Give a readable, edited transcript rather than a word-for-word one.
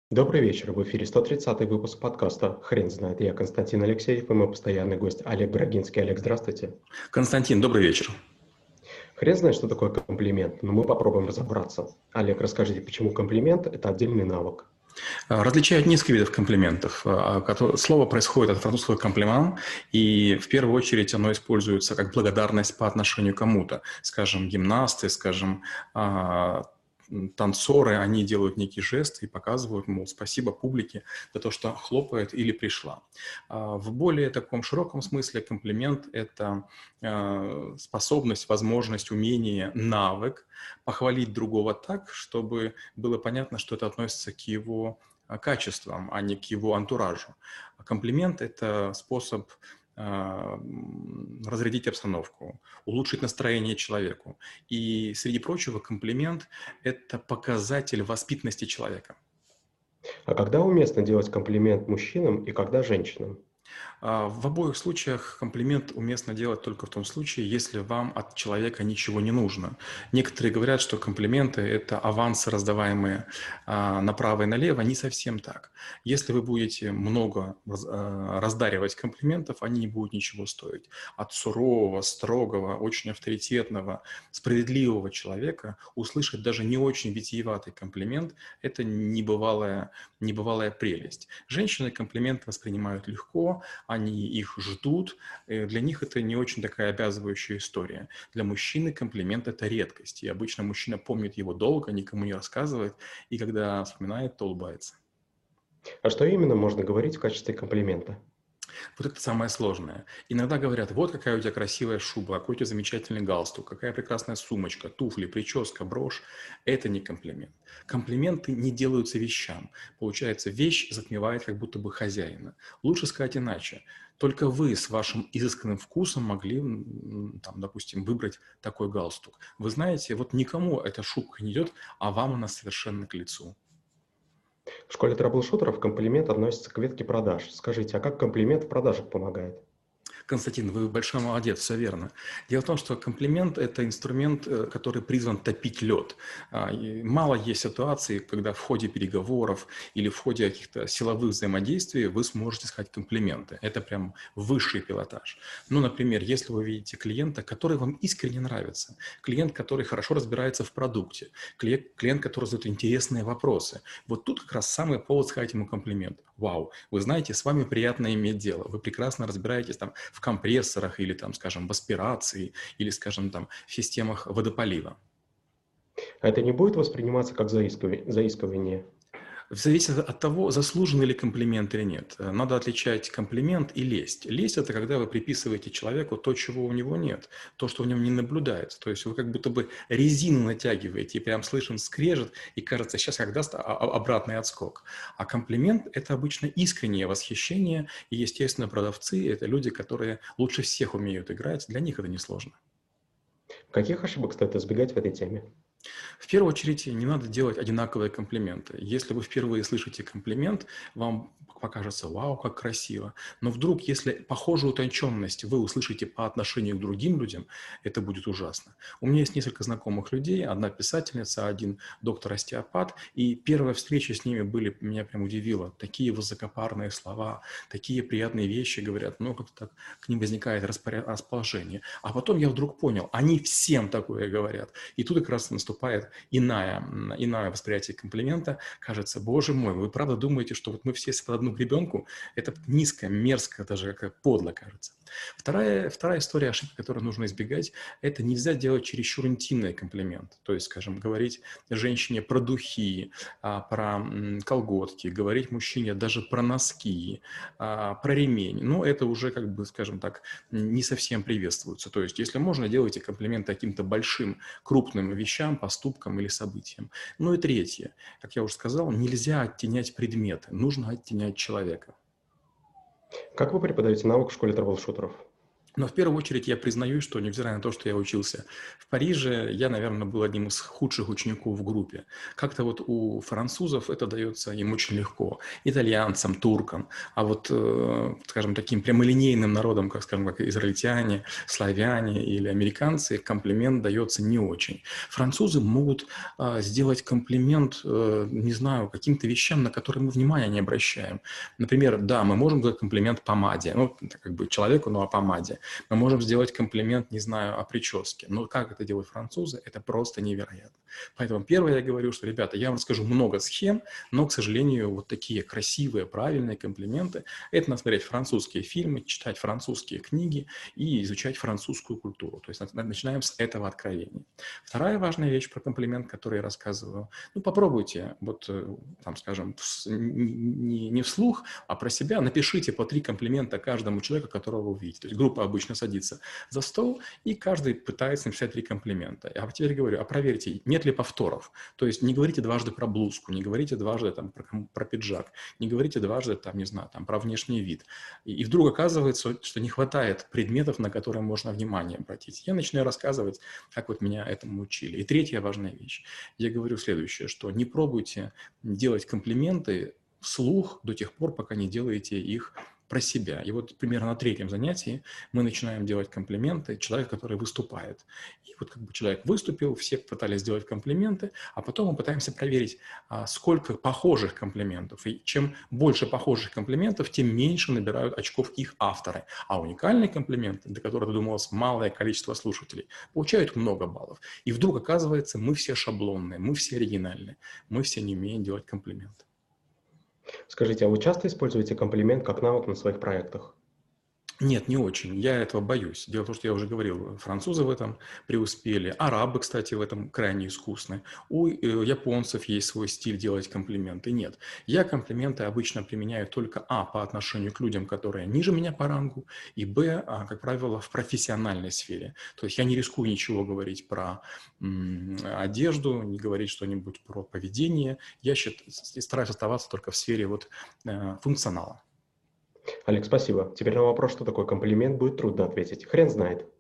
Добрый вечер. В эфире 130-й выпуск подкаста «Хрен знает». Я Константин Алексеев и мой постоянный гость Олег Брагинский. Олег, здравствуйте. Константин, добрый вечер. Хрен знает, что такое комплимент, но мы попробуем разобраться. Олег, расскажите, почему комплимент– это отдельный навык? Различают несколько видов комплиментов. Слово происходит от французского «комплимент», и в первую очередь оно используется как благодарность по отношению к кому-то. Скажем, гимнасты, скажем, танцоры, они делают некий жест и показывают, мол, спасибо публике за то, что хлопает или пришла. В более таком широком смысле комплимент – это способность, возможность, умение, навык похвалить другого так, чтобы было понятно, что это относится к его качествам, а не к его антуражу. Комплимент – это способ разрядить обстановку, улучшить настроение человеку. И, среди прочего, комплимент – это показатель воспитанности человека. А когда уместно делать комплимент мужчинам и когда женщинам? В обоих случаях комплимент уместно делать только в том случае, если вам от человека ничего не нужно. Некоторые говорят, что комплименты – это авансы, раздаваемые направо и налево. Не совсем так. Если вы будете много раздаривать комплиментов, они не будут ничего стоить. От сурового, строгого, очень авторитетного, справедливого человека услышать даже не очень витиеватый комплимент – это небывалая прелесть. Женщины комплименты воспринимают легко, они их ждут, для них это не очень такая обязывающая история. Для мужчины комплимент – это редкость, и обычно мужчина помнит его долго, никому не рассказывает, и когда вспоминает, то улыбается. А что именно можно говорить в качестве комплимента? Вот это самое сложное. Иногда говорят, вот какая у тебя красивая шуба, какой у тебя замечательный галстук, какая прекрасная сумочка, туфли, прическа, брошь. Это не комплимент. Комплименты не делаются вещам. Получается, вещь затмевает как будто бы хозяина. Лучше сказать иначе. Только вы с вашим изысканным вкусом могли, там, допустим, выбрать такой галстук. Вы знаете, вот никому эта шубка не идет, а вам она совершенно к лицу. В школе трэблшутеров комплимент относится к ветке продаж. Скажите, а как комплимент в продажах помогает? Константин, вы большой молодец, все верно. Дело в том, что комплимент – это инструмент, который призван топить лед. Мало есть ситуаций, когда в ходе переговоров или в ходе каких-то силовых взаимодействий вы сможете сказать комплименты. Это прям высший пилотаж. Ну, например, если вы видите клиента, который вам искренне нравится, клиент, который хорошо разбирается в продукте, клиент, который задает интересные вопросы, вот тут как раз самый повод сказать ему комплимент. Вау, вы знаете, с вами приятно иметь дело, вы прекрасно разбираетесь там в компрессорах или там, скажем, в аспирации или, скажем, там в системах водополива. А это не будет восприниматься как заискивание? Зависит от того, заслуженный ли комплимент или нет. Надо отличать комплимент и лесть. Лесть – это когда вы приписываете человеку то, чего у него нет, то, что в нем не наблюдается. То есть вы как будто бы резину натягиваете, и прям слышен скрежет, и кажется, сейчас как даст обратный отскок. А комплимент – это обычно искреннее восхищение, и, естественно, продавцы – это люди, которые лучше всех умеют играть, для них это несложно. Каких ошибок стоит избегать в этой теме? В первую очередь, не надо делать одинаковые комплименты. Если вы впервые слышите комплимент, вам покажется, вау, как красиво. Но вдруг, если похожую утонченность вы услышите по отношению к другим людям, это будет ужасно. У меня есть несколько знакомых людей, одна писательница, один доктор-остеопат, и первая встреча с ними меня прям удивило. Такие высокопарные слова, такие приятные вещи говорят, ну, как-то так к ним возникает расположение. А потом я вдруг понял, они всем такое говорят. И тут как раз наступает иное восприятие комплимента. Кажется, боже мой, вы правда думаете, что вот мы все с одну гребенку? Это низко, мерзко, даже как подло кажется. Вторая история, ошибка, которую нужно избегать, это нельзя делать чересчур интимный комплимент. То есть, скажем, говорить женщине про духи, про колготки, говорить мужчине даже про носки, про ремень. Но это уже, как бы, скажем так, не совсем приветствуется. То есть, если можно, делайте комплименты каким-то большим, крупным вещам, поступкам или событиям. Ну и третье, как я уже сказал, нельзя оттенять предметы, нужно оттенять человека. Как вы преподаете навык в школе трэблшутеров? Но в первую очередь я признаю, что невзирая на то, что я учился в Париже, я, наверное, был одним из худших учеников в группе. Как-то вот у французов это дается им очень легко, итальянцам, туркам, а вот, скажем, таким прямолинейным народам, как, скажем, как израильтяне, славяне или американцы, комплимент дается не очень. Французы могут сделать комплимент, не знаю, каким-то вещам, на которые мы внимания не обращаем. Например, да, мы можем сделать комплимент помаде, ну, это как бы человеку, но о помаде. Мы можем сделать комплимент, не знаю, о прическе. Но как это делают французы, это просто невероятно. Поэтому первое я говорю, что, ребята, я вам расскажу много схем, но, к сожалению, вот такие красивые, правильные комплименты – это надо смотреть французские фильмы, читать французские книги и изучать французскую культуру. То есть начинаем с этого откровения. Вторая важная вещь про комплимент, который я рассказываю. Ну, попробуйте, вот, там, скажем, не вслух, а про себя напишите по 3 комплимента каждому человеку, которого вы увидите. То есть группа обычно садится за стол, и каждый пытается написать 3 комплимента. А теперь говорю, а проверьте, нет ли повторов. То есть не говорите дважды про блузку, не говорите дважды там, про пиджак, не говорите дважды там, не знаю, там, про внешний вид. И вдруг оказывается, что не хватает предметов, на которые можно внимание обратить. Я начинаю рассказывать, как вот меня этому учили. И третья важная вещь. Я говорю следующее, что не пробуйте делать комплименты вслух до тех пор, пока не делаете их про себя. И вот примерно на 3-м занятии мы начинаем делать комплименты человеку, который выступает. И вот как бы человек выступил, все пытались сделать комплименты, а потом мы пытаемся проверить, сколько похожих комплиментов. И чем больше похожих комплиментов, тем меньше набирают очков их авторы. А уникальные комплименты, до которых додумалось малое количество слушателей, получают много баллов. И вдруг оказывается, мы все шаблонные, мы все оригинальные, мы все не умеем делать комплименты. Скажите, а вы часто используете комплимент как навык на своих проектах? Нет, не очень. Я этого боюсь. Дело в том, что я уже говорил, французы в этом преуспели, арабы, кстати, в этом крайне искусны. У японцев есть свой стиль делать комплименты. Нет, я комплименты обычно применяю только по отношению к людям, которые ниже меня по рангу, и как правило, в профессиональной сфере. То есть я не рискую ничего говорить про одежду, не говорить что-нибудь про поведение. Я стараюсь оставаться только в сфере функционала. Олег, спасибо. Теперь на вопрос, что такое комплимент, будет трудно ответить. Хрен знает.